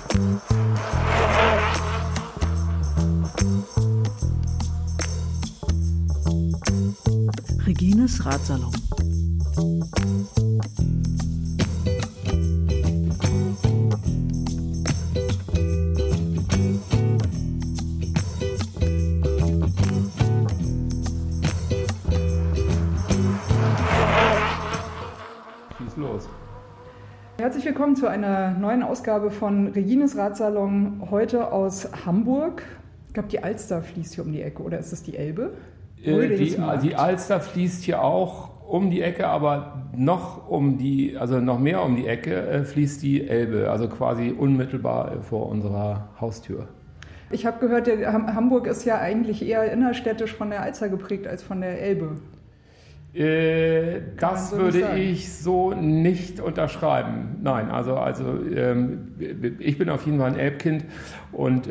Regines Ratsalon. Schieß los. Herzlich willkommen zu einer neuen Ausgabe von Regines Ratsalon, heute aus Hamburg. Ich glaube, die Alster fließt hier um die Ecke, oder ist es die Elbe? Die Alster fließt hier auch um die Ecke, aber noch mehr um die Ecke fließt die Elbe, also quasi unmittelbar vor unserer Haustür. Ich habe gehört, Hamburg ist ja eigentlich eher innerstädtisch von der Alster geprägt als von der Elbe. Das würde ich so nicht unterschreiben. Nein, also ich bin auf jeden Fall ein Elbkind und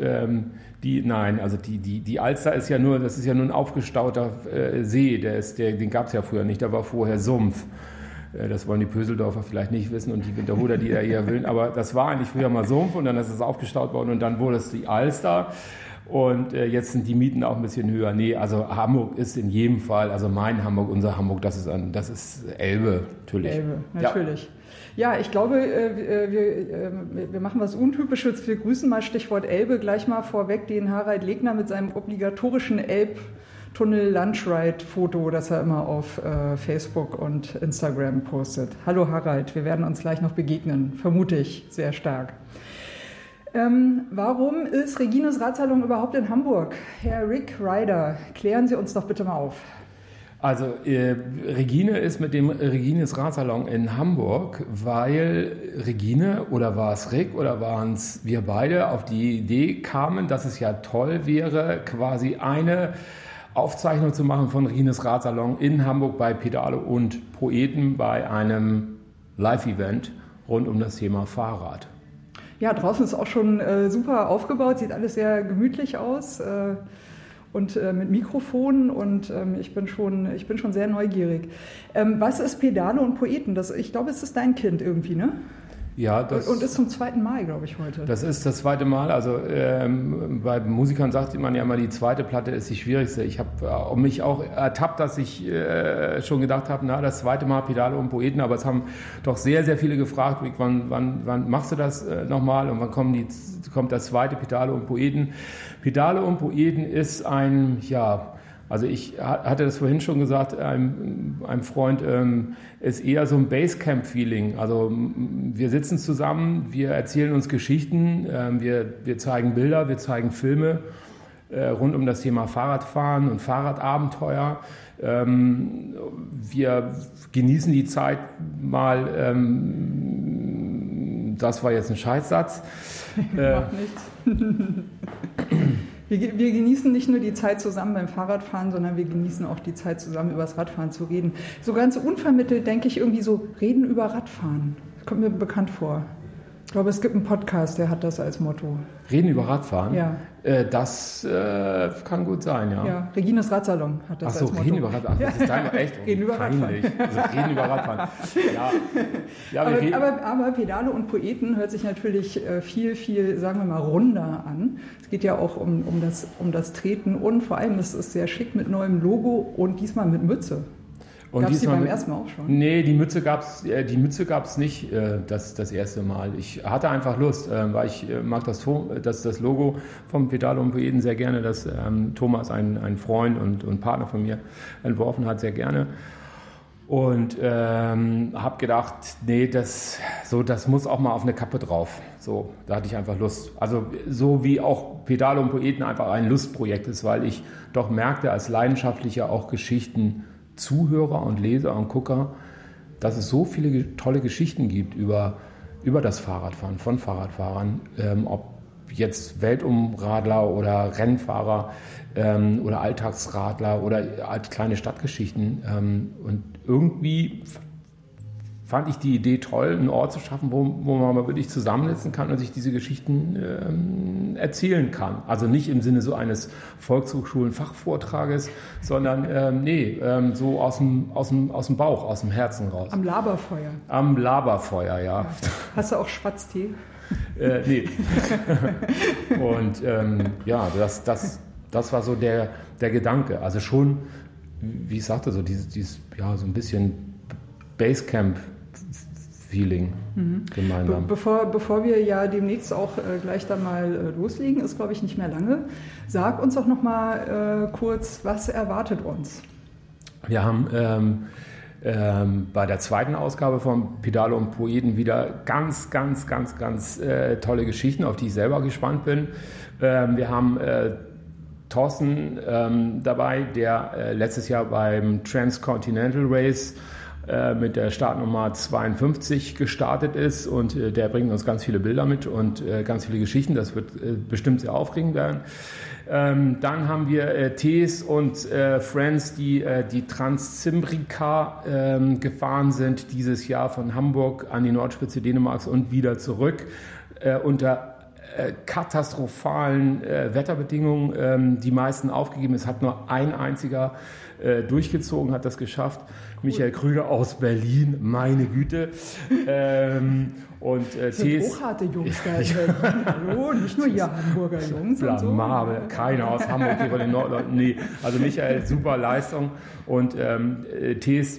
die Alster ist ja nur, das ist ja nur ein aufgestauter See, den gab es ja früher nicht, da war vorher Sumpf. Das wollen die Pöseldorfer vielleicht nicht wissen und die Winterhuder, die da eher willen, aber das war eigentlich früher mal Sumpf und dann ist es aufgestaut worden und dann wurde es die Alster. Und jetzt sind die Mieten auch ein bisschen höher. Nee, also Hamburg ist in jedem Fall, also mein Hamburg, unser Hamburg, das ist Elbe, natürlich. Elbe, natürlich. Ja, ich glaube, wir machen was Untypisches. Wir grüßen mal Stichwort Elbe gleich mal vorweg den Harald Legner mit seinem obligatorischen Elbtunnel-Lunchride-Foto, das er immer auf Facebook und Instagram postet. Hallo Harald, wir werden uns gleich noch begegnen, vermute ich sehr stark. Warum ist Regines Ratsalon überhaupt in Hamburg? Herr Rick Ryder, klären Sie uns doch bitte mal auf. Also Regine ist mit dem Regines Ratsalon in Hamburg, weil Regine oder war es Rick oder waren es wir beide auf die Idee kamen, dass es ja toll wäre, quasi eine Aufzeichnung zu machen von Regines Ratsalon in Hamburg bei Pedale und Poeten bei einem Live-Event rund um das Thema Fahrrad. Ja, draußen ist auch schon super aufgebaut, sieht alles sehr gemütlich aus und mit Mikrofonen und ich bin schon sehr neugierig. Was ist Pedale und Poeten? Ich glaube, es ist dein Kind irgendwie, ne? Ja, und ist zum 2. Mal, glaube ich, heute. Das ist das 2. Mal. Also bei Musikern sagt man ja immer, die zweite Platte ist die schwierigste. Ich habe mich auch ertappt, dass ich schon gedacht habe, das 2. Mal Pedale und Poeten. Aber es haben doch sehr, sehr viele gefragt, wann machst du das nochmal und wann kommt das 2. Pedale und Poeten. Pedale und Poeten ist also ich hatte das vorhin schon gesagt, einem Freund, ist eher so ein Basecamp-Feeling. Also wir sitzen zusammen, wir erzählen uns Geschichten, wir zeigen Bilder, wir zeigen Filme rund um das Thema Fahrradfahren und Fahrradabenteuer. Wir genießen die Zeit mal, das war jetzt ein Scheißsatz. Macht nichts. Wir genießen nicht nur die Zeit zusammen beim Fahrradfahren, sondern wir genießen auch die Zeit zusammen über das Radfahren zu reden. So ganz unvermittelt denke ich irgendwie so, reden über Radfahren. Das kommt mir bekannt vor. Ich glaube, es gibt einen Podcast, der hat das als Motto. Reden über Radfahren? Ja. Das kann gut sein, ja. Ja, Regines Ratsalon hat das als Motto. Reden über Radfahren. Das ist dein echt reden über Radfahren. Also reden über Radfahren. Ja, aber Pedale und Poeten hört sich natürlich viel, viel, sagen wir mal, runder an. Es geht ja auch um das Treten und vor allem ist es sehr schick mit neuem Logo und diesmal mit Mütze. Gab es die beim ersten Mal auch schon? Nee, die Mütze gab's nicht das erste Mal. Ich hatte einfach Lust, weil ich mag das Logo vom Pedale und Poeten sehr gerne, das Thomas, ein Freund und Partner von mir, entworfen hat, sehr gerne. Und habe gedacht, nee, das muss auch mal auf eine Kappe drauf. So, da hatte ich einfach Lust. Also so wie auch Pedale und Poeten einfach ein Lustprojekt ist, weil ich doch merkte als leidenschaftlicher auch Geschichten Zuhörer und Leser und Gucker, dass es so viele tolle Geschichten gibt über das Fahrradfahren, von Fahrradfahrern, ob jetzt Weltumradler oder Rennfahrer oder Alltagsradler oder kleine Stadtgeschichten. Und irgendwie fand ich die Idee toll, einen Ort zu schaffen, wo man mal wirklich zusammensitzen kann und sich diese Geschichten erzählen kann. Also nicht im Sinne so eines Volkshochschulen-Fachvortrages, sondern so aus dem Bauch, aus dem Herzen raus. Am Laberfeuer. Am Laberfeuer, ja. Hast du auch Schwarztee? Nee. Und das war so der Gedanke. Also schon, wie ich sagte, so dieses so ein bisschen Basecamp-Feeling gemeinsam. Bevor wir ja demnächst auch gleich dann mal loslegen, ist glaube ich nicht mehr lange. Sag uns doch noch mal kurz, was erwartet uns? Wir haben bei der zweiten Ausgabe von Pedale und Poeten wieder ganz tolle Geschichten, auf die ich selber gespannt bin. Wir haben Thorsten dabei, der letztes Jahr beim Transcontinental Race mit der Startnummer 52 gestartet ist und der bringt uns ganz viele Bilder mit und ganz viele Geschichten. Das wird bestimmt sehr aufregend werden. Dann haben wir Tees und Friends, die Transzimbrica gefahren sind dieses Jahr von Hamburg an die Nordspitze Dänemarks und wieder zurück unter katastrophalen Wetterbedingungen. Die meisten aufgegeben. Es hat nur ein einziger durchgezogen, hat das geschafft. Cool. Michael Krüger aus Berlin, meine Güte. Und sind hochharte Jungs da in Berlin. Hallo, nicht nur hier Hamburger Jungs. Blamabel, so. Keiner aus Hamburg hier von den Nordleuten. Nee, also Michael, super Leistung. Und Tees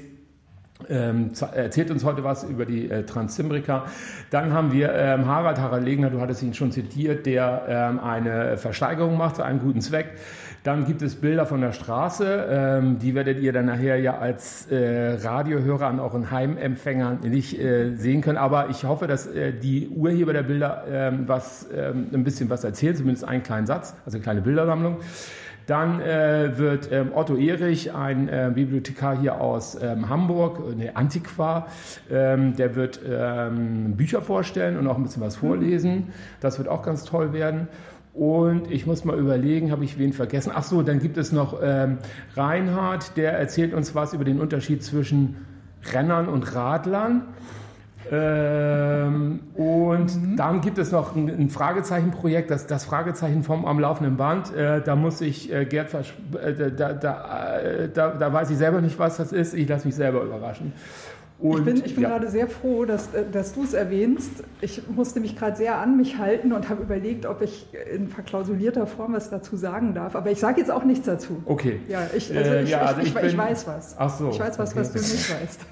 erzählt uns heute was über die Transzimbrica. Dann haben wir Harald Legner, du hattest ihn schon zitiert, der eine Versteigerung macht zu einem guten Zweck. Dann gibt es Bilder von der Straße, die werdet ihr dann nachher ja als Radiohörer an euren Heimempfängern nicht sehen können. Aber ich hoffe, dass die Urheber der Bilder ein bisschen was erzählen, zumindest einen kleinen Satz, also eine kleine Bildersammlung. Dann wird Otto Erich, ein Bibliothekar hier aus Hamburg, Antiquar, der wird Bücher vorstellen und auch ein bisschen was vorlesen. Das wird auch ganz toll werden. Und ich muss mal überlegen, habe ich wen vergessen? Ach so, dann gibt es noch Reinhard, der erzählt uns was über den Unterschied zwischen Rennern und Radlern. Dann gibt es noch ein Fragezeichenprojekt, das Fragezeichen vom am laufenden Band. Da muss ich Gerd da weiß ich selber nicht, was das ist. Ich lasse mich selber überraschen. Und, ich bin gerade sehr froh, dass du es erwähnst. Ich musste mich gerade sehr an mich halten und habe überlegt, ob ich in verklausulierter Form was dazu sagen darf. Aber ich sage jetzt auch nichts dazu. Okay. Ja, ich weiß was. Ach so. Ich weiß was, okay. Was du nicht weißt.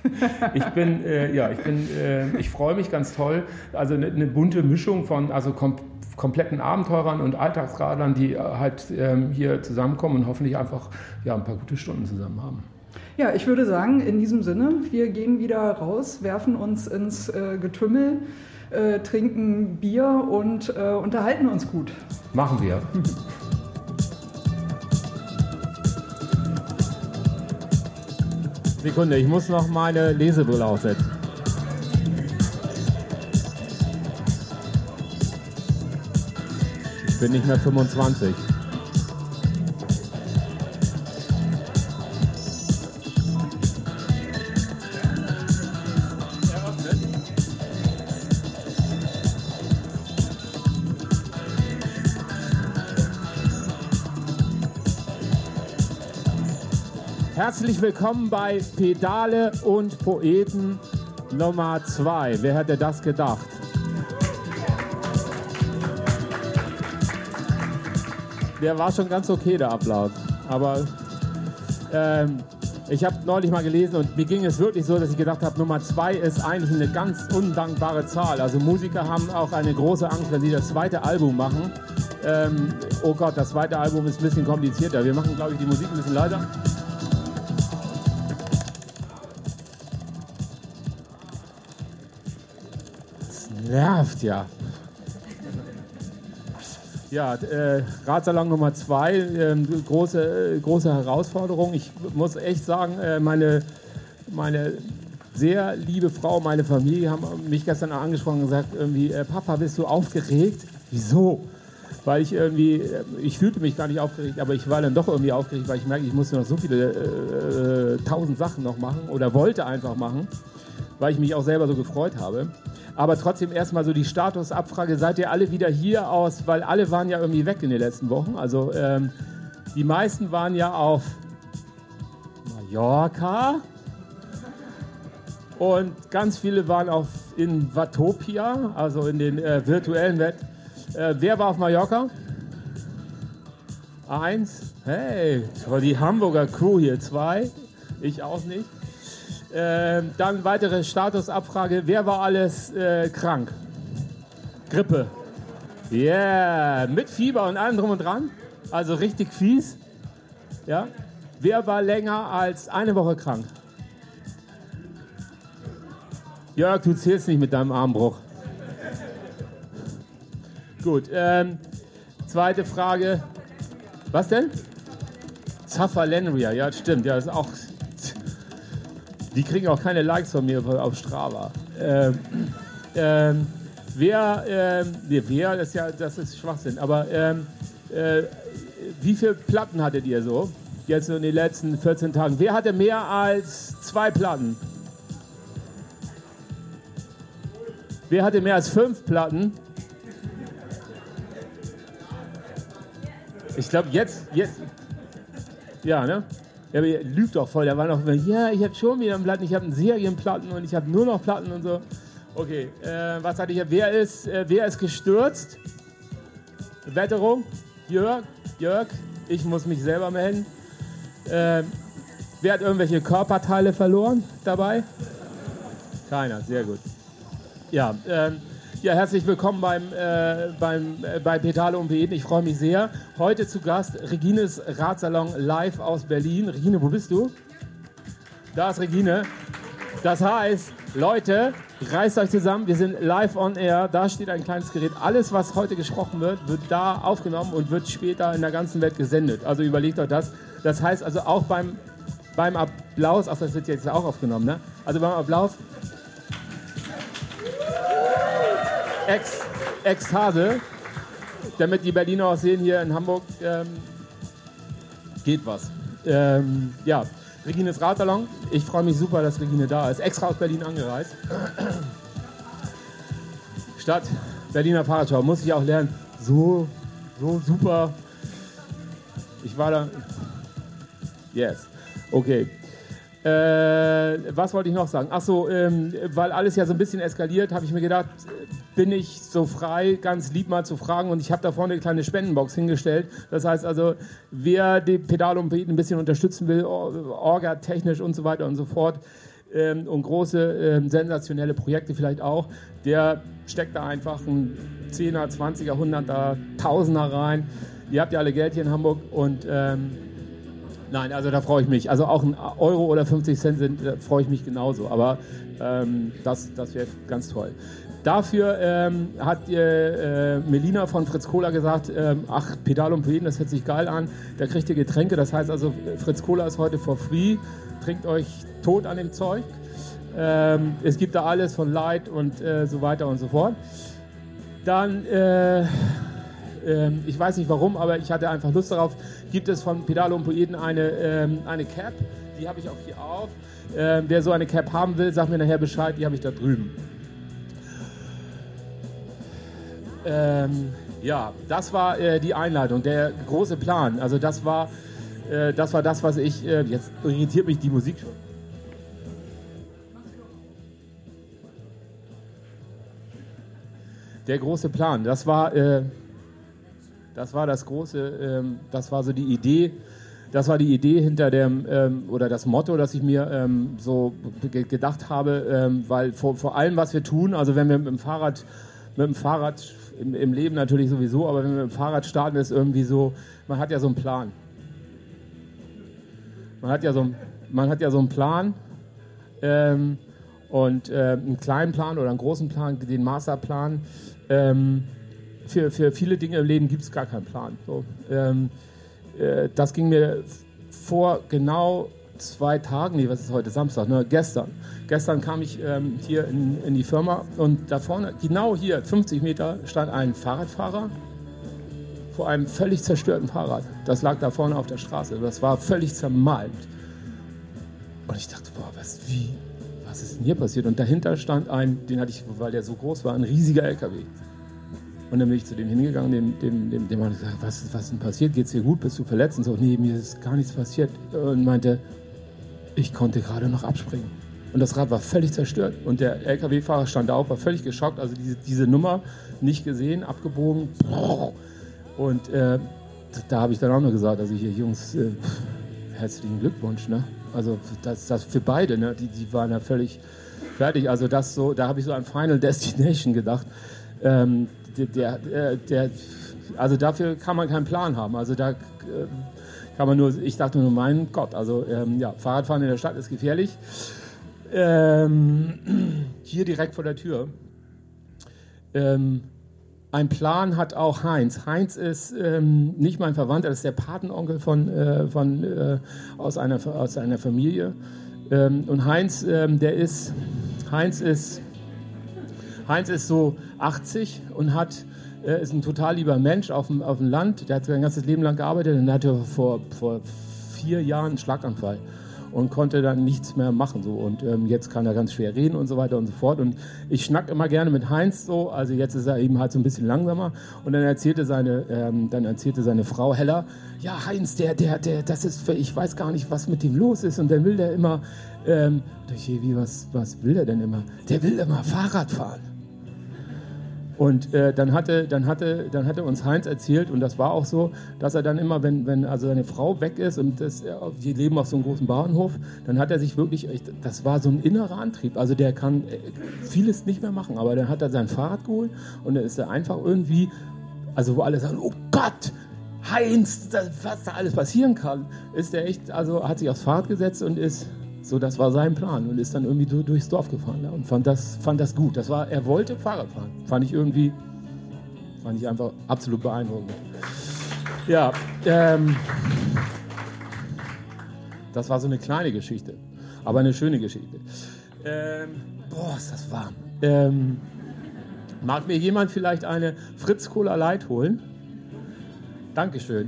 Ich freue mich ganz toll. Also eine bunte Mischung von kompletten Abenteurern und Alltagsradlern, die halt hier zusammenkommen und hoffentlich einfach ein paar gute Stunden zusammen haben. Ja, ich würde sagen, in diesem Sinne, wir gehen wieder raus, werfen uns ins Getümmel, trinken Bier und unterhalten uns gut. Machen wir. Sekunde, ich muss noch meine Lesebrille aufsetzen. Ich bin nicht mehr 25. Herzlich willkommen bei Pedale und Poeten Nummer 2. Wer hätte das gedacht? Der war schon ganz okay, der Applaus. Aber ich habe neulich mal gelesen und mir ging es wirklich so, dass ich gedacht habe, Nummer 2 ist eigentlich eine ganz undankbare Zahl. Also Musiker haben auch eine große Angst, wenn sie das zweite Album machen. Oh Gott, das zweite Album ist ein bisschen komplizierter. Wir machen, glaube ich, die Musik ein bisschen leiser. Nervt, ja. Ja, Radsalon Nummer 2, große Herausforderung. Ich muss echt sagen, meine sehr liebe Frau, meine Familie haben mich gestern angesprochen und gesagt, irgendwie, Papa, bist du aufgeregt? Wieso? Weil ich fühlte mich gar nicht aufgeregt, aber ich war dann doch irgendwie aufgeregt, weil ich merke, ich musste noch so viele 1000 Sachen noch machen oder wollte einfach machen. weil ich mich auch selber so gefreut habe. Aber trotzdem erstmal so die Statusabfrage, seid ihr alle wieder hier aus, weil alle waren ja irgendwie weg in den letzten Wochen. Also die meisten waren ja auf Mallorca und ganz viele waren in Watopia, also in den virtuellen Welt. Wer war auf Mallorca? 1. Hey, die Hamburger Crew hier. 2. Ich auch nicht. Dann weitere Statusabfrage. Wer war alles krank? Grippe. Yeah. Mit Fieber und allem drum und dran. Also richtig fies. Ja. Wer war länger als eine Woche krank? Jörg, du zählst nicht mit deinem Armbruch. Gut. Zweite Frage. Was denn? Zaffalenria, ja, stimmt. Ja, das ist auch. Die kriegen auch keine Likes von mir auf Strava. Wer, das ist Schwachsinn. Aber wie viele Platten hattet ihr so? Jetzt in den letzten 14 Tagen. Wer hatte mehr als 2 Platten? Wer hatte mehr als 5 Platten? Ich glaube, jetzt. Ja, ne? Ja, aber ihr lügt doch voll. Da war noch, ja, ich habe schon wieder einen Platten, ich habe einen Serienplatten und ich habe nur noch Platten und so. Okay, was hatte ich? Wer ist gestürzt? Wetterung? Jörg, ich muss mich selber melden. Wer hat irgendwelche Körperteile verloren dabei? Keiner, sehr gut. Ja, herzlich willkommen bei Pedale und Poeten. Ich freue mich sehr. Heute zu Gast Regines Radsalon live aus Berlin. Regine, wo bist du? Da ist Regine. Das heißt, Leute, reißt euch zusammen. Wir sind live on air. Da steht ein kleines Gerät. Alles, was heute gesprochen wird, wird da aufgenommen und wird später in der ganzen Welt gesendet. Also überlegt euch das. Das heißt also auch beim Applaus, ach, das wird jetzt auch aufgenommen, ne? Also beim Applaus. Ekstase, damit die Berliner auch sehen, hier in Hamburg geht was. Ja, Regines Radsalon. Ich freue mich super, dass Regine da ist. Extra aus Berlin angereist. Stadt Berliner Fahrradschau. Muss ich auch lernen. So super. Ich war da. Yes. Okay. Was wollte ich noch sagen? Achso, weil alles ja so ein bisschen eskaliert, habe ich mir gedacht, bin ich so frei, ganz lieb mal zu fragen. Und ich habe da vorne eine kleine Spendenbox hingestellt. Das heißt also, wer die Pedale und Poeten ein bisschen unterstützen will, Orga, technisch und so weiter und so fort, und große, sensationelle Projekte vielleicht auch, der steckt da einfach einen 10er, 20er, 100er, 1000er rein. Ihr habt ja alle Geld hier in Hamburg und nein, also da freue ich mich. Also auch ein Euro oder 50 Cent da freue ich mich genauso. Aber das wäre ganz toll. Dafür hat Melina von Fritz Cola gesagt, ach, Pedale und Poeten, das hört sich geil an. Da kriegt ihr Getränke. Das heißt also, Fritz Cola ist heute for free. Trinkt euch tot an dem Zeug. Es gibt da alles von Light und so weiter und so fort. Dann ich weiß nicht warum, aber ich hatte einfach Lust darauf, gibt es von Pedale und Poeten eine Cap, die habe ich auch hier auf. Wer so eine Cap haben will, sagt mir nachher Bescheid, die habe ich da drüben. Ja, das war die Einleitung, der große Plan. Also das war das, was ich, jetzt irritiert mich die Musik schon. Der große Plan, das war so die Idee. Das war die Idee hinter dem, oder das Motto, das ich mir so gedacht habe, weil vor allem, was wir tun, also wenn wir mit dem Fahrrad im Leben natürlich sowieso, aber wenn wir mit dem Fahrrad starten, ist irgendwie so, man hat ja so einen Plan. Man hat ja so einen Plan und einen kleinen Plan oder einen großen Plan, den Masterplan. Für viele Dinge im Leben gibt es gar keinen Plan. So, das ging mir vor genau 2 Tagen, nee, was ist heute, Samstag, ne? Gestern kam ich hier in die Firma und da vorne, genau hier, 50 Meter, stand ein Fahrradfahrer vor einem völlig zerstörten Fahrrad. Das lag da vorne auf der Straße, das war völlig zermalmt. Und ich dachte, boah, was was ist denn hier passiert? Und dahinter stand den hatte ich, weil der so groß war, ein riesiger LKW. Und dann bin ich zu dem hingegangen, dem habe ich gesagt, was ist denn passiert? Geht's dir gut? Bist du verletzt? Und so, nee, mir ist gar nichts passiert. Und meinte, ich konnte gerade noch abspringen. Und das Rad war völlig zerstört. Und der LKW-Fahrer stand da auf, war völlig geschockt. Also diese Nummer nicht gesehen, abgebogen. Und da habe ich dann auch nur gesagt, also hier, Jungs, herzlichen Glückwunsch. Ne? Also das für beide, ne? Die waren ja völlig fertig. Also da habe ich so an Final Destination gedacht. Also dafür kann man keinen Plan haben. Also da kann man nur, ich dachte nur, mein Gott, also Fahrradfahren in der Stadt ist gefährlich. Hier direkt vor der Tür. Ein Plan hat auch Heinz. Heinz ist nicht mein Verwandter, das ist der Patenonkel aus einer Familie. Und Heinz ist so 80 und ist ein total lieber Mensch auf dem Land. Der hat sein ganzes Leben lang gearbeitet und hatte vor 4 Jahren einen Schlaganfall und konnte dann nichts mehr machen. So. Und jetzt kann er ganz schwer reden und so weiter und so fort. Und ich schnack immer gerne mit Heinz so. Also jetzt ist er eben halt so ein bisschen langsamer. Und dann erzählte seine Frau Hella, ja Heinz, das ist, ich weiß gar nicht, was mit dem los ist. Und dann will der immer, was will der denn immer? Der will immer Fahrrad fahren. Und dann hatte uns Heinz erzählt, und das war auch so, dass er dann immer, wenn also seine Frau weg ist und die leben auf so einem großen Bauernhof, dann hat er sich wirklich, das war so ein innerer Antrieb. Also der kann vieles nicht mehr machen, aber dann hat er sein Fahrrad geholt und dann ist er einfach irgendwie, also wo alle sagen, oh Gott, Heinz, was da alles passieren kann, ist er echt, also hat sich aufs Fahrrad gesetzt und ist... So, das war sein Plan und ist dann irgendwie durchs Dorf gefahren, ja, und fand das gut. Er wollte Fahrrad fahren. Fand ich einfach absolut beeindruckend. Ja, das war so eine kleine Geschichte, aber eine schöne Geschichte. Ist das warm. Mag mir jemand vielleicht eine Fritz Cola Light holen? Dankeschön.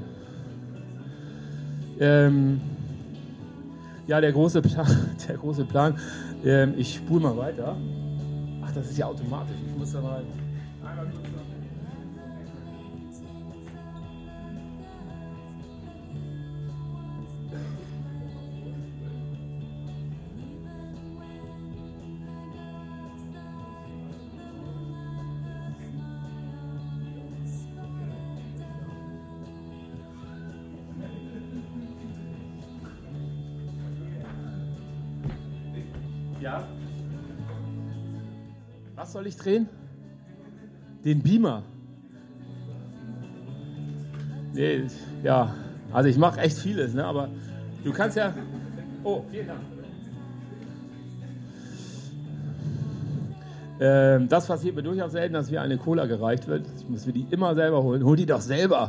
Ja, der große Plan. Ich spule mal weiter. Ach, das ist ja automatisch. Ich muss da mal einmal kurz sagen. Ja. Was soll ich drehen? Den Beamer. Nee, ja. Also ich mache echt vieles, ne? Aber du kannst ja... Oh, vielen Dank. Das passiert mir durchaus selten, dass mir eine Cola gereicht wird. Ich muss mir die immer selber holen. Hol die doch selber.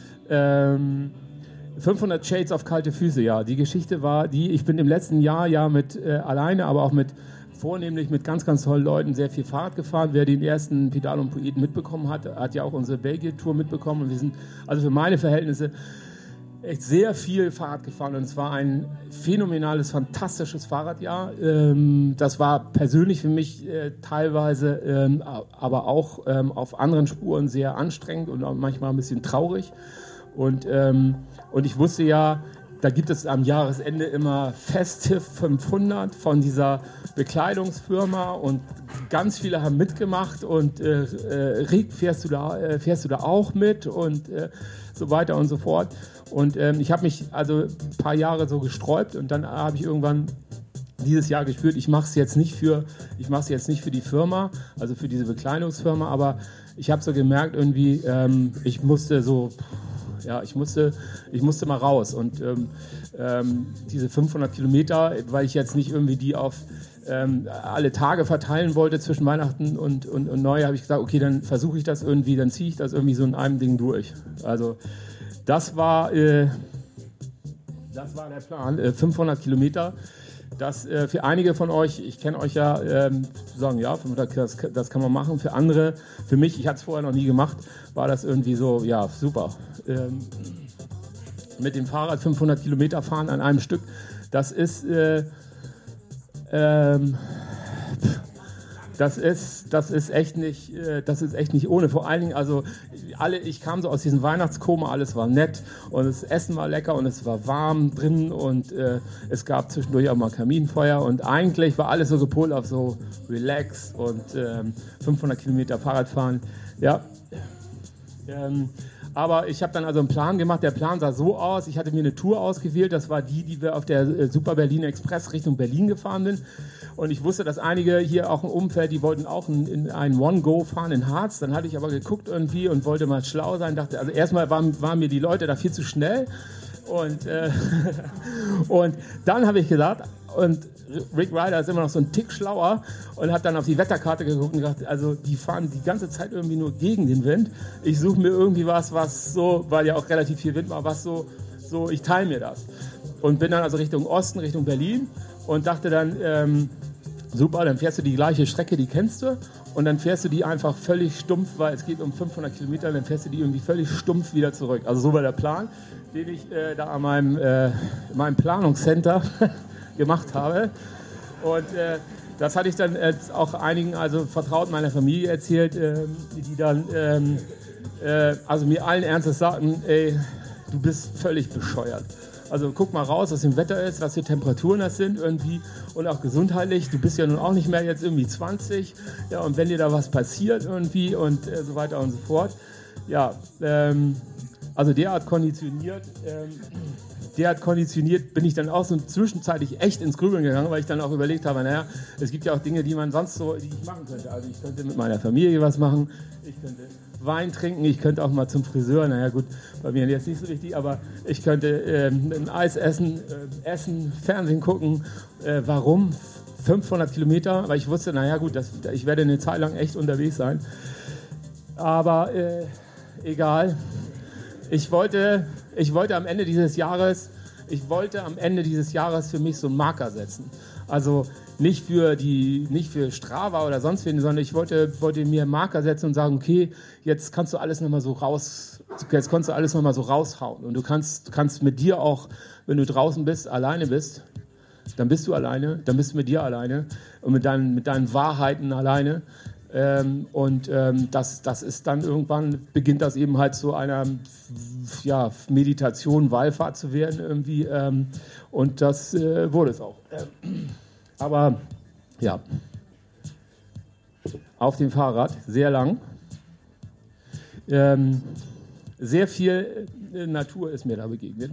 500 Shades of kalte Füße, ja. Die Geschichte war ich bin im letzten Jahr mit alleine, aber auch vornehmlich mit ganz, ganz tollen Leuten sehr viel Fahrrad gefahren. Wer den ersten Pedal und Poeten mitbekommen hat ja auch unsere Belgien-Tour mitbekommen. Und wir sind also für meine Verhältnisse echt sehr viel Fahrrad gefahren. Und es war ein phänomenales, fantastisches Fahrradjahr. Das war persönlich für mich teilweise, aber auch auf anderen Spuren sehr anstrengend und auch manchmal ein bisschen traurig. Und ich wusste ja, da gibt es am Jahresende immer Festive 500 von dieser Bekleidungsfirma und ganz viele haben mitgemacht und Rick, fährst du da auch mit und so weiter und so fort. Und ich habe mich also ein paar Jahre so gesträubt und dann habe ich irgendwann dieses Jahr gespürt, ich mache es jetzt nicht für die Firma, also für diese Bekleidungsfirma, aber ich habe so gemerkt irgendwie, ich musste mal raus und diese 500 Kilometer, weil ich jetzt nicht irgendwie die auf alle Tage verteilen wollte zwischen Weihnachten und Neujahr, habe ich gesagt, okay, dann versuche ich das irgendwie, dann ziehe ich das irgendwie so in einem Ding durch. Also das war der Plan, 500 Kilometer. Das für einige von euch, ich kenne euch ja, sagen, ja, das kann man machen. Für andere, für mich, ich hatte es vorher noch nie gemacht, war das irgendwie so, ja, super. Mit dem Fahrrad 500 Kilometer fahren an einem Stück, das ist Das ist echt nicht ohne. Vor allen Dingen, also ich kam so aus diesem Weihnachtskoma, alles war nett und das Essen war lecker und es war warm drin und es gab zwischendurch auch mal Kaminfeuer und eigentlich war alles so gepolt auf so Relax und 500 Kilometer Fahrradfahren. Ja. Aber ich habe dann also einen Plan gemacht. Der Plan sah so aus. Ich hatte mir eine Tour ausgewählt. Das war die wir auf der Super Berlin Express Richtung Berlin gefahren sind. Und ich wusste, dass einige hier auch im Umfeld, die wollten auch in einen One-Go fahren in Harz. Dann hatte ich aber geguckt irgendwie und wollte mal schlau sein. Dachte, also erstmal waren mir die Leute da viel zu schnell. Und dann habe ich gesagt, und Rick Ryder ist immer noch so ein Tick schlauer und hat dann auf die Wetterkarte geguckt und gesagt, also die fahren die ganze Zeit irgendwie nur gegen den Wind. Ich suche mir irgendwie was so, weil ja auch relativ viel Wind war, was so ich teile mir das. Und bin dann also Richtung Osten, Richtung Berlin und dachte dann, super, dann fährst du die gleiche Strecke, die kennst du und dann fährst du die einfach völlig stumpf, weil es geht um 500 Kilometer, dann fährst du die irgendwie völlig stumpf wieder zurück. Also so war der Plan, den ich da an meinem Planungscenter gemacht habe. Und das hatte ich dann auch einigen, also Vertrauten meiner Familie erzählt, die dann also mir allen Ernstes sagten, ey, du bist völlig bescheuert. Also guck mal raus, was im Wetter ist, was für Temperaturen das sind irgendwie und auch gesundheitlich. Du bist ja nun auch nicht mehr jetzt irgendwie 20. Ja, und wenn dir da was passiert irgendwie und so weiter und so fort. Ja, also derart konditioniert bin ich dann auch so zwischenzeitlich echt ins Grübeln gegangen, weil ich dann auch überlegt habe, naja, es gibt ja auch Dinge, die man sonst so, die ich machen könnte. Also ich könnte mit meiner Familie was machen, ich könnte Wein trinken, ich könnte auch mal zum Friseur, naja gut, bei mir jetzt nicht so wichtig, aber ich könnte ein Eis essen, Fernsehen gucken. Warum? 500 Kilometer, weil ich wusste, naja gut, ich werde eine Zeit lang echt unterwegs sein. Aber egal. Ich wollte am Ende dieses Jahres für mich so einen Marker setzen. Also nicht für Strava oder sonst wen, sondern ich wollte mir einen Marker setzen und sagen, okay, jetzt kannst du alles nochmal so raushauen. Und du kannst mit dir auch, wenn du draußen bist, alleine bist, dann bist du alleine, dann bist du mit dir alleine und mit deinen Wahrheiten alleine. Das ist dann irgendwann, beginnt das eben halt zu einer Meditation, Wallfahrt zu werden irgendwie. Und das wurde es auch. Aber ja, auf dem Fahrrad, sehr lang. Sehr viel Natur ist mir da begegnet.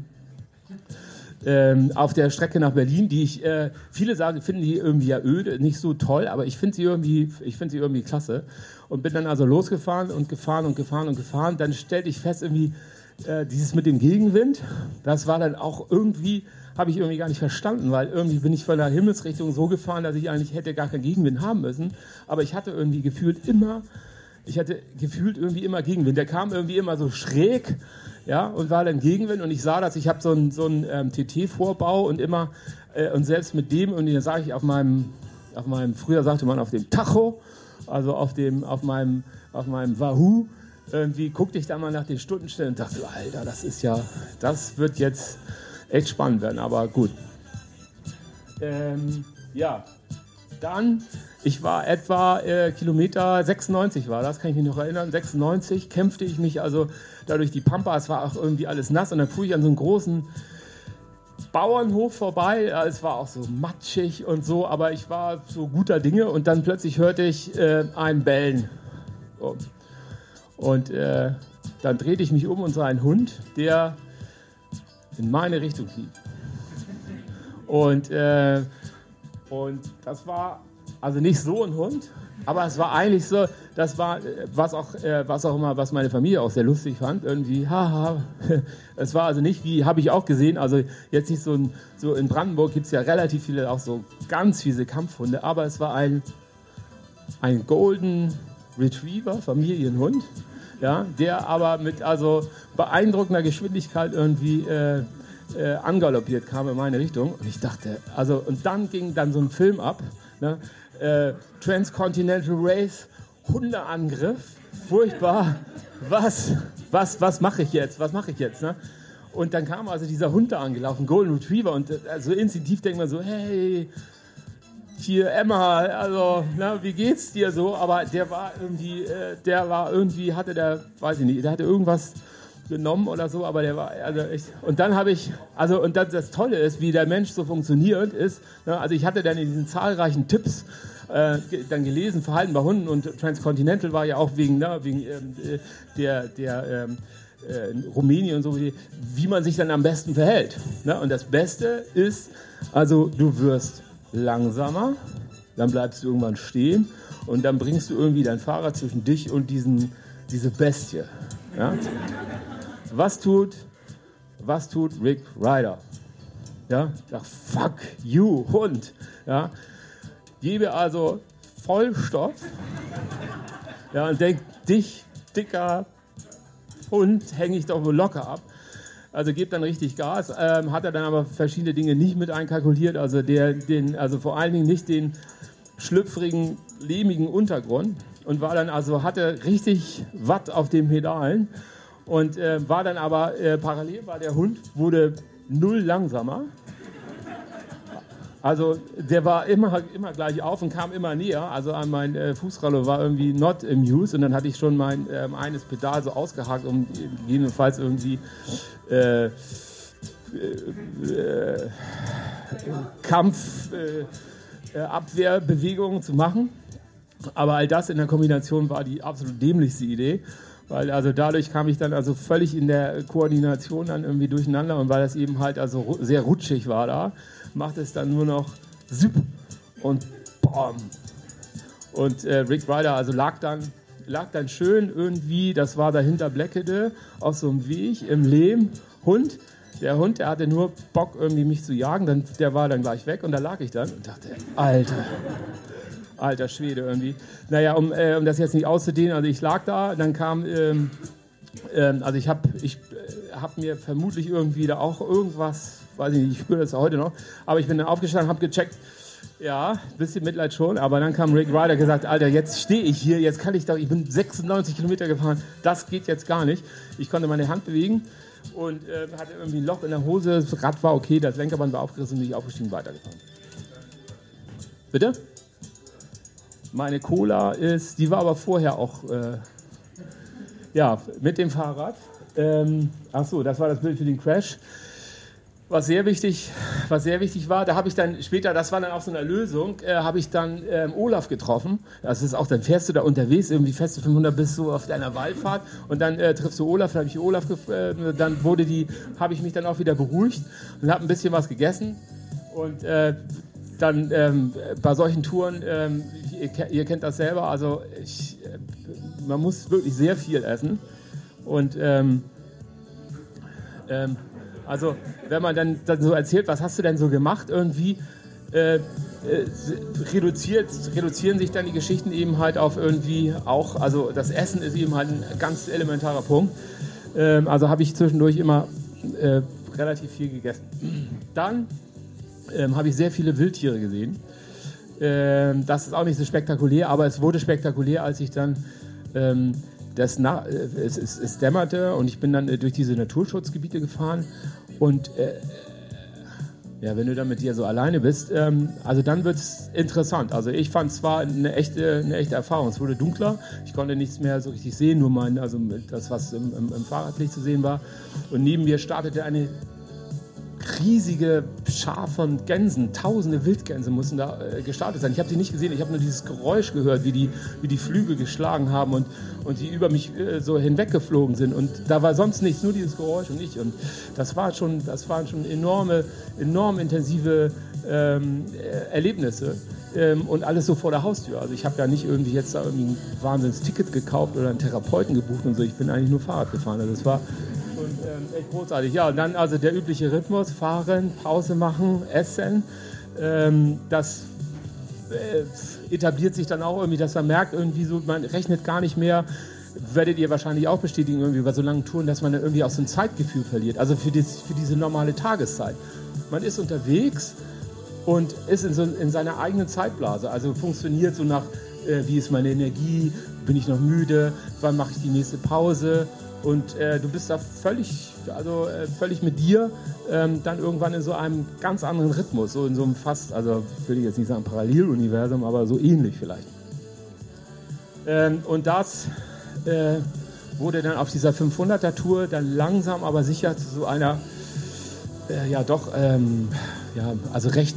Auf der Strecke nach Berlin, die viele sagen, finden die irgendwie ja öde, nicht so toll, aber ich finde sie irgendwie klasse. Und bin dann also losgefahren und gefahren. Dann stellte ich fest, irgendwie dieses mit dem Gegenwind, das war dann auch irgendwie, habe ich irgendwie gar nicht verstanden, weil irgendwie bin ich von der Himmelsrichtung so gefahren, dass ich eigentlich hätte gar keinen Gegenwind haben müssen. Aber ich hatte irgendwie gefühlt immer Gegenwind. Der kam irgendwie immer so schräg. Ja, und war dann Gegenwind und ich sah das, ich habe so einen TT-Vorbau und und selbst mit dem, und da sage ich auf meinem, früher sagte man auf dem Tacho, also auf meinem Wahoo, irgendwie guckte ich da mal nach den Stundenstellen und dachte, Alter, das wird jetzt echt spannend werden, aber gut. Dann, ich war etwa Kilometer 96 war das, kann ich mich noch erinnern, 96 kämpfte ich mich also da durch die Pampa, es war auch irgendwie alles nass und dann fuhr ich an so einem großen Bauernhof vorbei, es war auch so matschig und so, aber ich war so guter Dinge und dann plötzlich hörte ich ein Bellen. So. Und dann drehte ich mich um und sah einen Hund, der in meine Richtung lief. Und das war also nicht so ein Hund, aber es war eigentlich so, das war, was auch immer, was meine Familie auch sehr lustig fand, irgendwie, haha. Es war also nicht wie, habe ich auch gesehen, also jetzt nicht so in Brandenburg gibt es ja relativ viele, auch so ganz fiese Kampfhunde, aber es war ein Golden Retriever, Familienhund, ja, der aber mit also beeindruckender Geschwindigkeit irgendwie angaloppiert kam in meine Richtung und ich dachte, also und dann ging dann so ein Film ab, ne? Transcontinental Race, Hundeangriff, furchtbar, was mache ich jetzt, ne? Und dann kam also dieser Hund da angelaufen, Golden Retriever und also instinktiv denkt man so, hey, hier Emma, also wie geht's dir so? Aber der war irgendwie, weiß ich nicht, der hatte irgendwas genommen oder so, aber der war, also echt. Und dann habe ich, und das Tolle ist, wie der Mensch so funktioniert, ist, also ich hatte dann in diesen zahlreichen Tipps dann gelesen, Verhalten bei Hunden, und Transcontinental war ja auch wegen Rumänien und so, wie man sich dann am besten verhält. Und das Beste ist, also du wirst langsamer, dann bleibst du irgendwann stehen und dann bringst du irgendwie dein Fahrrad zwischen dich und diese Bestie. Ja? Was tut Rick Ryder? Ja? Sagt, fuck you, Hund. Ja? Gebe also Vollstoff, ja, und denk, dich, dicker Hund, hänge ich doch wohl locker ab. Also gibt dann richtig Gas, hat er dann aber verschiedene Dinge nicht mit einkalkuliert, also vor allen Dingen nicht den schlüpfrigen, lehmigen Untergrund, und war dann hatte richtig Watt auf den Pedalen und war dann aber parallel, der Hund wurde 0 langsamer. Also der war immer gleich auf und kam immer näher. Also an mein Fußroller war irgendwie not im use, und dann hatte ich schon mein eines Pedal so ausgehakt, um gegebenenfalls irgendwie Abwehrbewegungen zu machen. Aber all das in der Kombination war die absolut dämlichste Idee. Weil dadurch kam ich dann völlig in der Koordination dann irgendwie durcheinander, und weil das eben halt sehr rutschig war da, macht es dann nur noch Zip und Bam. Und Rick Ryder lag dann schön irgendwie, das war dahinter Bleckede, auf so einem Weg im Lehm. Der Hund, der hatte nur Bock irgendwie mich zu jagen, der war dann gleich weg, und da lag ich dann und dachte, alter Schwede irgendwie. Naja, um das jetzt nicht auszudehnen, also ich lag da, dann kam, ich hab mir vermutlich irgendwie da auch irgendwas, weiß ich nicht, ich spüre das heute noch, aber ich bin dann aufgestanden, hab gecheckt, ja, ein bisschen Mitleid schon, aber dann kam Rick Ryder, gesagt, Alter, jetzt stehe ich hier, jetzt kann ich doch, ich bin 96 Kilometer gefahren, das geht jetzt gar nicht. Ich konnte meine Hand bewegen und hatte irgendwie ein Loch in der Hose, das Rad war okay, das Lenkerband war aufgerissen, bin ich aufgestiegen, weitergefahren. Bitte? Meine Cola die war aber vorher auch, mit dem Fahrrad. Achso, das war das Bild für den Crash. Was sehr wichtig war, da habe ich dann später, das war dann auch so eine Lösung, habe ich dann Olaf getroffen. Das ist auch, dann fährst du da unterwegs, irgendwie fährst du 500 bis so auf deiner Wallfahrt, und dann triffst du Olaf, dann habe ich Olaf dann habe ich mich dann auch wieder beruhigt und habe ein bisschen was gegessen, und dann bei solchen Touren, ihr kennt das selber, man muss wirklich sehr viel essen, und wenn man dann so erzählt, was hast du denn so gemacht, irgendwie reduzieren sich dann die Geschichten eben halt auf irgendwie auch, also das Essen ist eben halt ein ganz elementarer Punkt. Habe ich zwischendurch immer relativ viel gegessen. Dann habe ich sehr viele Wildtiere gesehen. Das ist auch nicht so spektakulär, aber es wurde spektakulär, als ich dann es dämmerte, und ich bin dann durch diese Naturschutzgebiete gefahren, und wenn du dann mit dir so alleine bist, dann wird es interessant. Also ich fand es war eine echte Erfahrung. Es wurde dunkler, ich konnte nichts mehr so richtig sehen, nur das, was im Fahrradlicht zu sehen war. Und neben mir startete eine riesige Schar von Gänsen, tausende Wildgänse mussten da gestartet sein. Ich habe die nicht gesehen, ich habe nur dieses Geräusch gehört, wie die Flügel geschlagen haben und die über mich so hinweggeflogen sind. Und da war sonst nichts, nur dieses Geräusch und ich. Und das waren schon enorm intensive Erlebnisse. Und alles so vor der Haustür. Also ich habe ja nicht irgendwie jetzt da irgendwie ein Wahnsinnsticket gekauft oder einen Therapeuten gebucht und so. Ich bin eigentlich nur Fahrrad gefahren. Also das war echt großartig. Ja, und dann also der übliche Rhythmus, fahren, Pause machen, essen. Das etabliert sich dann auch irgendwie, dass man merkt, irgendwie so, man rechnet gar nicht mehr, werdet ihr wahrscheinlich auch bestätigen, irgendwie bei so langen Touren, dass man dann irgendwie auch so ein Zeitgefühl verliert. Also für diese normale Tageszeit. Man ist unterwegs und ist in seiner eigenen Zeitblase. Also funktioniert so nach, wie ist meine Energie, bin ich noch müde, wann mache ich die nächste Pause und du bist da völlig mit dir dann irgendwann in so einem ganz anderen Rhythmus, so in so einem fast, also ich will jetzt nicht sagen Paralleluniversum, aber so ähnlich vielleicht. Und das wurde dann auf dieser 500er Tour dann langsam aber sicher zu so einer also recht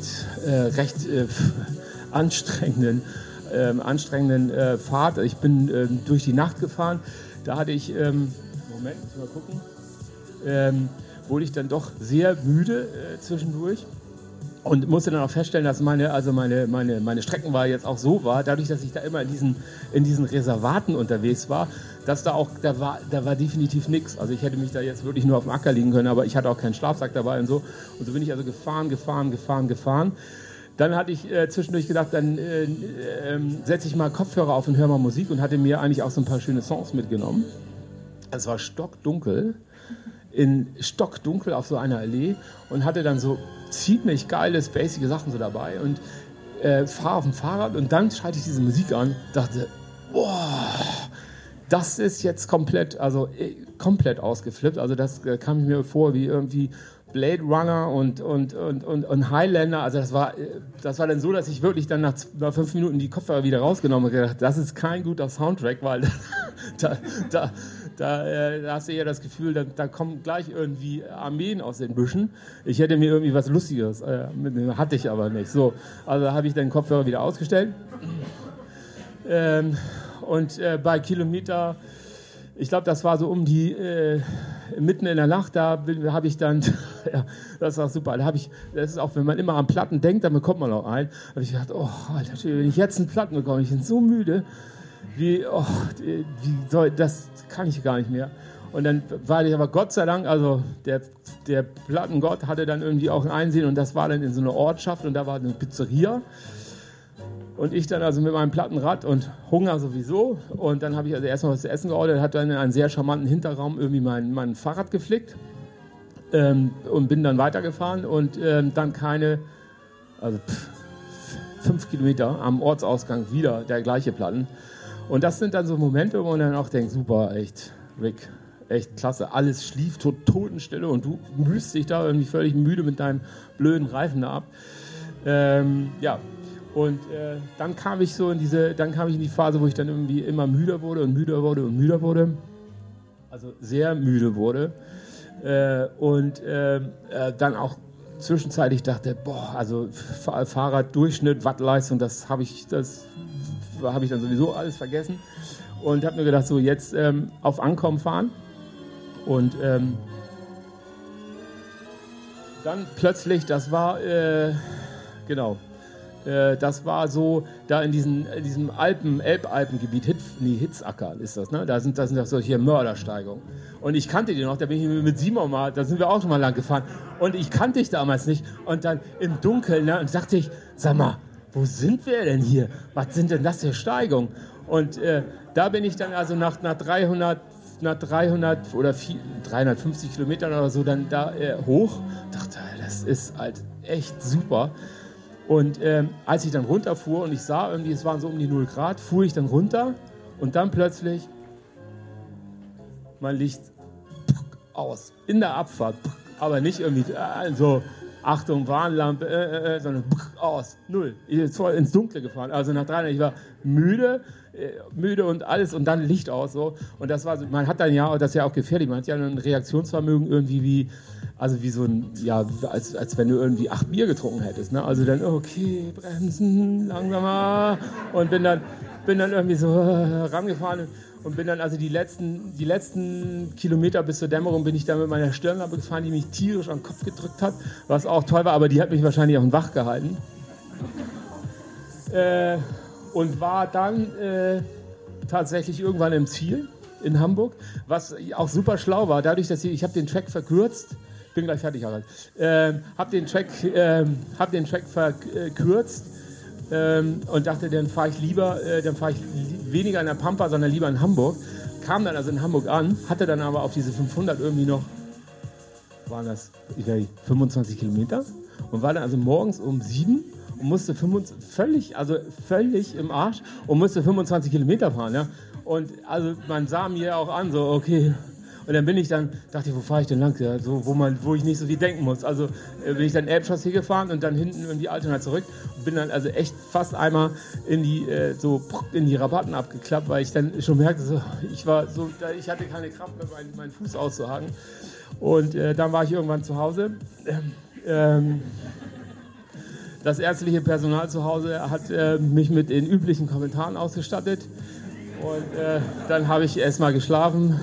anstrengenden Fahrt. Ich bin durch die Nacht gefahren. Da hatte ich, Moment, muss mal gucken, wurde ich dann doch sehr müde zwischendurch und musste dann auch feststellen, dass meine Streckenwahl jetzt auch so war, dadurch, dass ich da immer in diesen Reservaten unterwegs war, dass da war definitiv nichts. Also ich hätte mich da jetzt wirklich nur auf dem Acker liegen können, aber ich hatte auch keinen Schlafsack dabei und so. Und so bin ich also gefahren. Dann hatte ich zwischendurch gedacht, dann setze ich mal Kopfhörer auf und höre mal Musik und hatte mir eigentlich auch so ein paar schöne Songs mitgenommen. Es war stockdunkel auf so einer Allee und hatte dann so ziemlich geile, spacige Sachen so dabei und fahre auf dem Fahrrad und dann schalte ich diese Musik an, dachte, boah, das ist jetzt komplett ausgeflippt. Also das kam mir vor wie irgendwie Blade Runner und Highlander. Also das war dann so, dass ich wirklich dann nach 5 Minuten die Kopfhörer wieder rausgenommen habe und gedacht, das ist kein guter Soundtrack, weil da hast du eher das Gefühl, da kommen gleich irgendwie Armeen aus den Büschen. Ich hätte mir irgendwie was Lustiges, hatte ich aber nicht. So, also habe ich den Kopfhörer wieder ausgestellt. Und bei Kilometer, ich glaube, das war so um die mitten in der Nacht, da habe ich dann, ja, das war super, das ist auch, wenn man immer an Platten denkt, dann bekommt man auch einen. Da habe ich gedacht, oh, Alter, wenn ich jetzt einen Platten bekomme, ich bin so müde, das kann ich gar nicht mehr. Und dann war ich aber Gott sei Dank, also der Plattengott hatte dann irgendwie auch ein Einsehen und das war dann in so einer Ortschaft und da war eine Pizzeria. Und ich dann also mit meinem Plattenrad und Hunger sowieso. Und dann habe ich also erstmal was zu essen geordert, hatte dann in einen sehr charmanten Hinterraum irgendwie mein Fahrrad geflickt und bin dann weitergefahren und dann 5 Kilometer am Ortsausgang wieder der gleiche Platten. Und das sind dann so Momente, wo man dann auch denkt, super, echt, Rick, echt klasse. Alles schlief, Totenstille und du mühst dich da irgendwie völlig müde mit deinem blöden Reifen da ab. Ja. Und dann kam ich in die Phase, wo ich dann irgendwie immer müder wurde. Also sehr müde wurde. Und dann auch zwischenzeitlich dachte, boah, also Fahrraddurchschnitt, Wattleistung, das habe ich dann sowieso alles vergessen. Und habe mir gedacht, so jetzt auf Ankommen fahren. Und dann plötzlich, das war, das war so, da in diesem Elbalpengebiet, Hitzacker ist das, ne? Da sind das solche Mördersteigungen. Und ich kannte die noch, da bin ich mit Simon mal, da sind wir auch schon mal lang gefahren. Und ich kannte dich damals nicht. Und dann im Dunkeln, ne? Und dachte ich, sag mal, wo sind wir denn hier? Was sind denn das für Steigungen? Und da bin ich dann also nach 300 oder 350 Kilometern oder so dann da hoch. Dachte, das ist halt echt super. Und als ich dann runterfuhr und ich sah irgendwie, es waren so um die 0 Grad, fuhr ich dann runter und dann plötzlich mein Licht aus. In der Abfahrt. Aber nicht irgendwie so, Achtung, Warnlampe, sondern aus. 0. Ich bin voll ins Dunkle gefahren. Also nach 3, ich war müde und alles und dann Licht aus. So. Und das war so, man hat dann ja, das ist ja auch gefährlich, man hat ja ein Reaktionsvermögen irgendwie wie so ein, ja, als wenn du irgendwie 8 Bier getrunken hättest. Ne? Also dann, okay, bremsen, langsamer. Und bin dann irgendwie so rangefahren und bin dann also die letzten Kilometer bis zur Dämmerung bin ich dann mit meiner Stirnlampe gefahren, die mich tierisch am Kopf gedrückt hat, was auch toll war, aber die hat mich wahrscheinlich auch wach gehalten. Und war dann tatsächlich irgendwann im Ziel in Hamburg, was auch super schlau war, dadurch, dass ich habe den Track verkürzt, bin gleich fertig, Harald, habe den Track verkürzt und dachte, dann fahre ich weniger in der Pampa, sondern lieber in Hamburg. Kam dann also in Hamburg an, hatte dann aber auf diese 500 irgendwie noch, waren das 25 Kilometer und war dann also morgens um 7 und musste völlig im Arsch und musste 25 Kilometer fahren. Ja? Und also man sah mir auch an, so okay. Und dann dachte ich, wo fahre ich denn lang? Ja, so, wo ich nicht so viel denken muss. Also bin ich dann Elbchaussee gefahren und dann hinten in die Altona zurück und bin dann also echt fast einmal in die Rabatten abgeklappt, weil ich dann schon merkte, so, ich hatte keine Kraft mehr, meinen Fuß auszuhaken. Und dann war ich irgendwann zu Hause. Das ärztliche Personal zu Hause hat mich mit den üblichen Kommentaren ausgestattet. Und dann habe ich erstmal geschlafen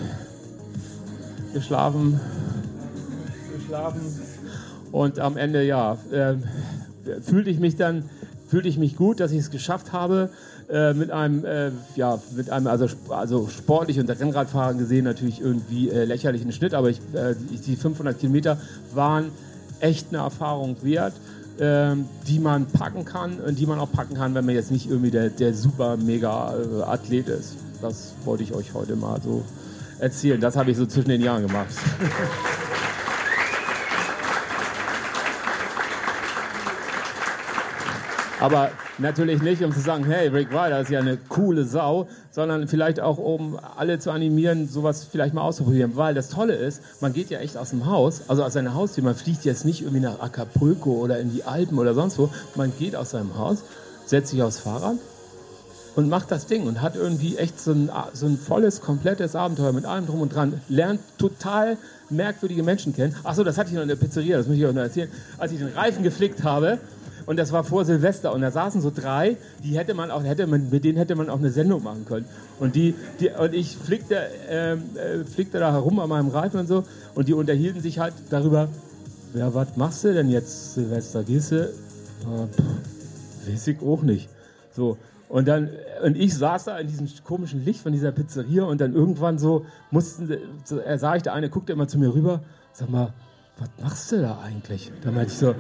und am Ende fühlte ich mich gut, dass ich es geschafft habe, mit einem also sportlich unter Rennradfahrern gesehen natürlich irgendwie lächerlichen Schnitt, aber die 500 Kilometer waren echt eine Erfahrung wert, die man packen kann und die man auch packen kann, wenn man jetzt nicht irgendwie der super mega Athlet ist. Das wollte ich euch heute mal so erzählen. Das habe ich so zwischen den Jahren gemacht. Aber natürlich nicht, um zu sagen, hey, Rick Ryder ist ja eine coole Sau, sondern vielleicht auch, um alle zu animieren, sowas vielleicht mal auszuprobieren. Weil das Tolle ist, man geht ja echt aus dem Haus, also aus seiner Haustür, man fliegt jetzt nicht irgendwie nach Acapulco oder in die Alpen oder sonst wo. Man geht aus seinem Haus, setzt sich aufs Fahrrad und macht das Ding und hat irgendwie echt so ein volles, komplettes Abenteuer mit allem drum und dran. Lernt total merkwürdige Menschen kennen. Achso, das hatte ich noch in der Pizzeria, das muss ich euch noch erzählen. Als ich den Reifen geflickt habe, und das war vor Silvester, und da saßen so 3, mit denen hätte man auch eine Sendung machen können. Und ich flickte da herum an meinem Reifen und so, und die unterhielten sich halt darüber, ja, was machst du denn jetzt, Silvester? Gehst du? Weiß ich auch nicht. So. Und ich saß da in diesem komischen Licht von dieser Pizzeria und dann irgendwann sah ich, der eine guckte immer zu mir rüber, sag mal, was machst du da eigentlich? Da meinte ich so,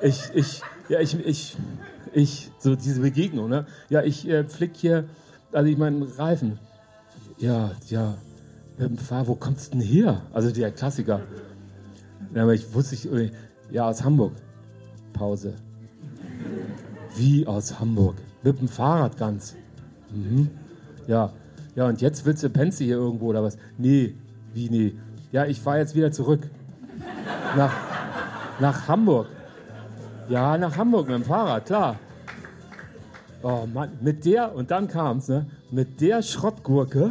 so diese Begegnung, ne? Ja, ich flick hier, also ich meine Reifen. Ja, mit dem Fahrrad, wo kommst du denn her? Also der Klassiker. Ja, aber aus Hamburg. Pause. Wie aus Hamburg? Mit dem Fahrrad ganz. Mhm. Ja, und jetzt pennst du hier irgendwo oder was? Nee, wie nee? Ja, ich fahre jetzt wieder zurück. Nach Hamburg. Ja, nach Hamburg mit dem Fahrrad, klar. Oh Mann, und dann kam's, ne? Mit der Schrottgurke.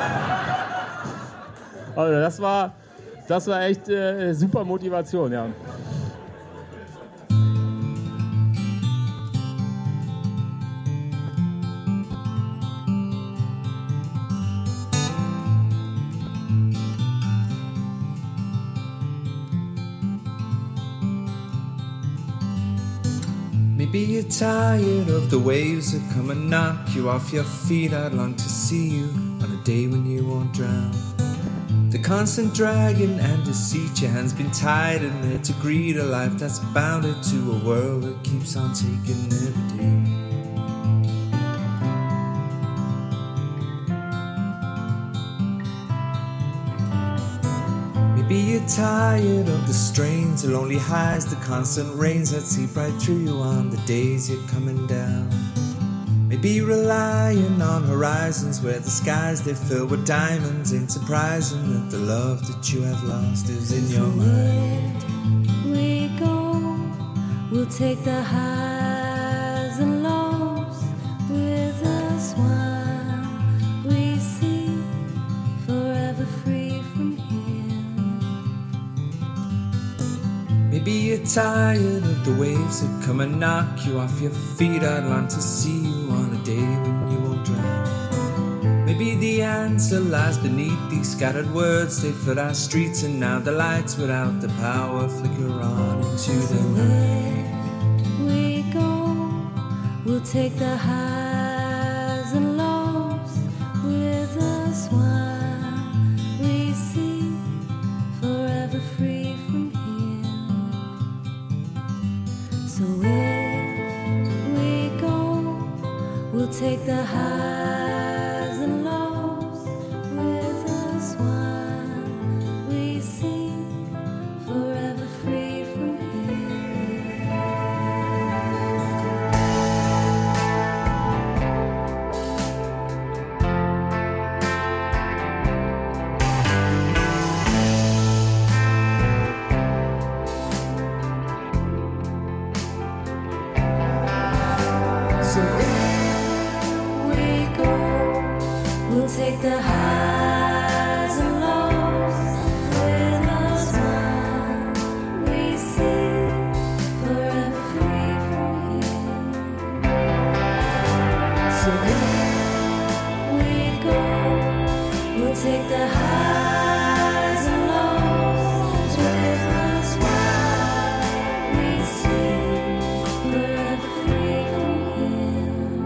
Also das war echt super Motivation, ja. Maybe you're tired of the waves that come and knock you off your feet. I'd long to see you on a day when you won't drown. The constant dragging and deceit, your hands been tied in there to greet a life that's bounded to a world that keeps on taking every day. Maybe you're tired of the strains, the lonely highs, the constant rains that seep right through you on the days you're coming down. Maybe relying on horizons where the skies they fill with diamonds. Ain't surprising that the love that you have lost is in your mind. Where we go, we'll take the highs and lows with us while we see forever free from here. Maybe you're tired of the waves that come and knock you off your feet. I'd long to see you on a day when you won't drown. Maybe the answer lies beneath these scattered words. They flood our streets and now the lights without the power flicker on into the night. Where we go, we'll take the highs and lows with us while we see forever free from here. So if we go, we'll take the highs and lows with us while we sing forever free from here. highs and lows with us while we sing forever free from him.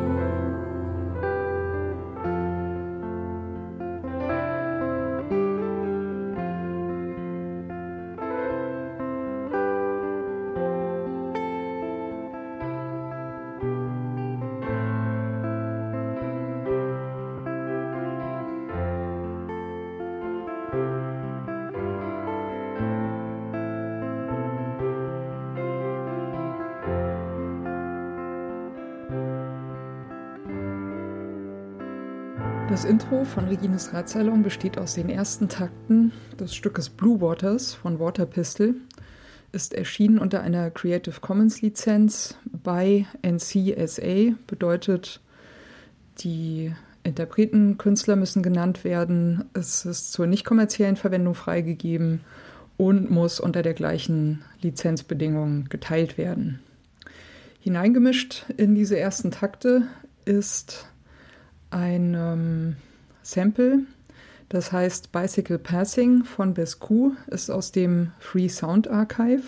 Das Intro von Regines Radsalon besteht aus den ersten Takten des Stückes Blue Waters von Water Pistol, ist erschienen unter einer Creative Commons Lizenz bei NCSA, bedeutet, die Interpreten, Künstler müssen genannt werden, es ist zur nicht kommerziellen Verwendung freigegeben und muss unter der gleichen Lizenzbedingung geteilt werden. Hineingemischt in diese ersten Takte ist ein Sample, das heißt Bicycle Passing von Bescu, ist aus dem Free Sound Archive.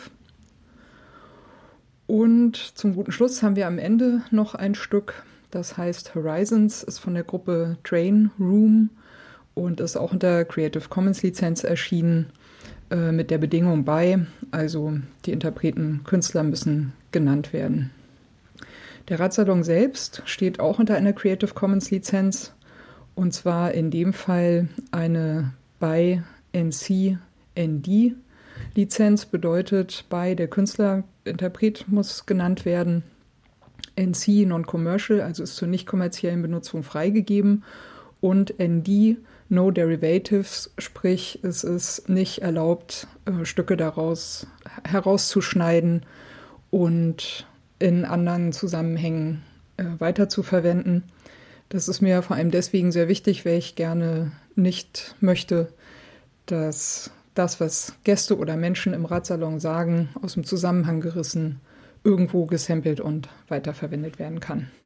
Und zum guten Schluss haben wir am Ende noch ein Stück, das heißt Horizons, ist von der Gruppe Train Room und ist auch unter Creative Commons Lizenz erschienen, mit der Bedingung bei, also die Interpreten, Künstler müssen genannt werden. Der Radsalon selbst steht auch unter einer Creative Commons Lizenz und zwar in dem Fall eine bei NC-ND Lizenz, bedeutet bei der Künstler, Interpret muss genannt werden, NC Non-Commercial, also ist zur nicht kommerziellen Benutzung freigegeben und ND No Derivatives, sprich es ist nicht erlaubt, Stücke daraus herauszuschneiden und in anderen Zusammenhängen weiterzuverwenden. Das ist mir vor allem deswegen sehr wichtig, weil ich gerne nicht möchte, dass das, was Gäste oder Menschen im Radsalon sagen, aus dem Zusammenhang gerissen, irgendwo gesampelt und weiterverwendet werden kann.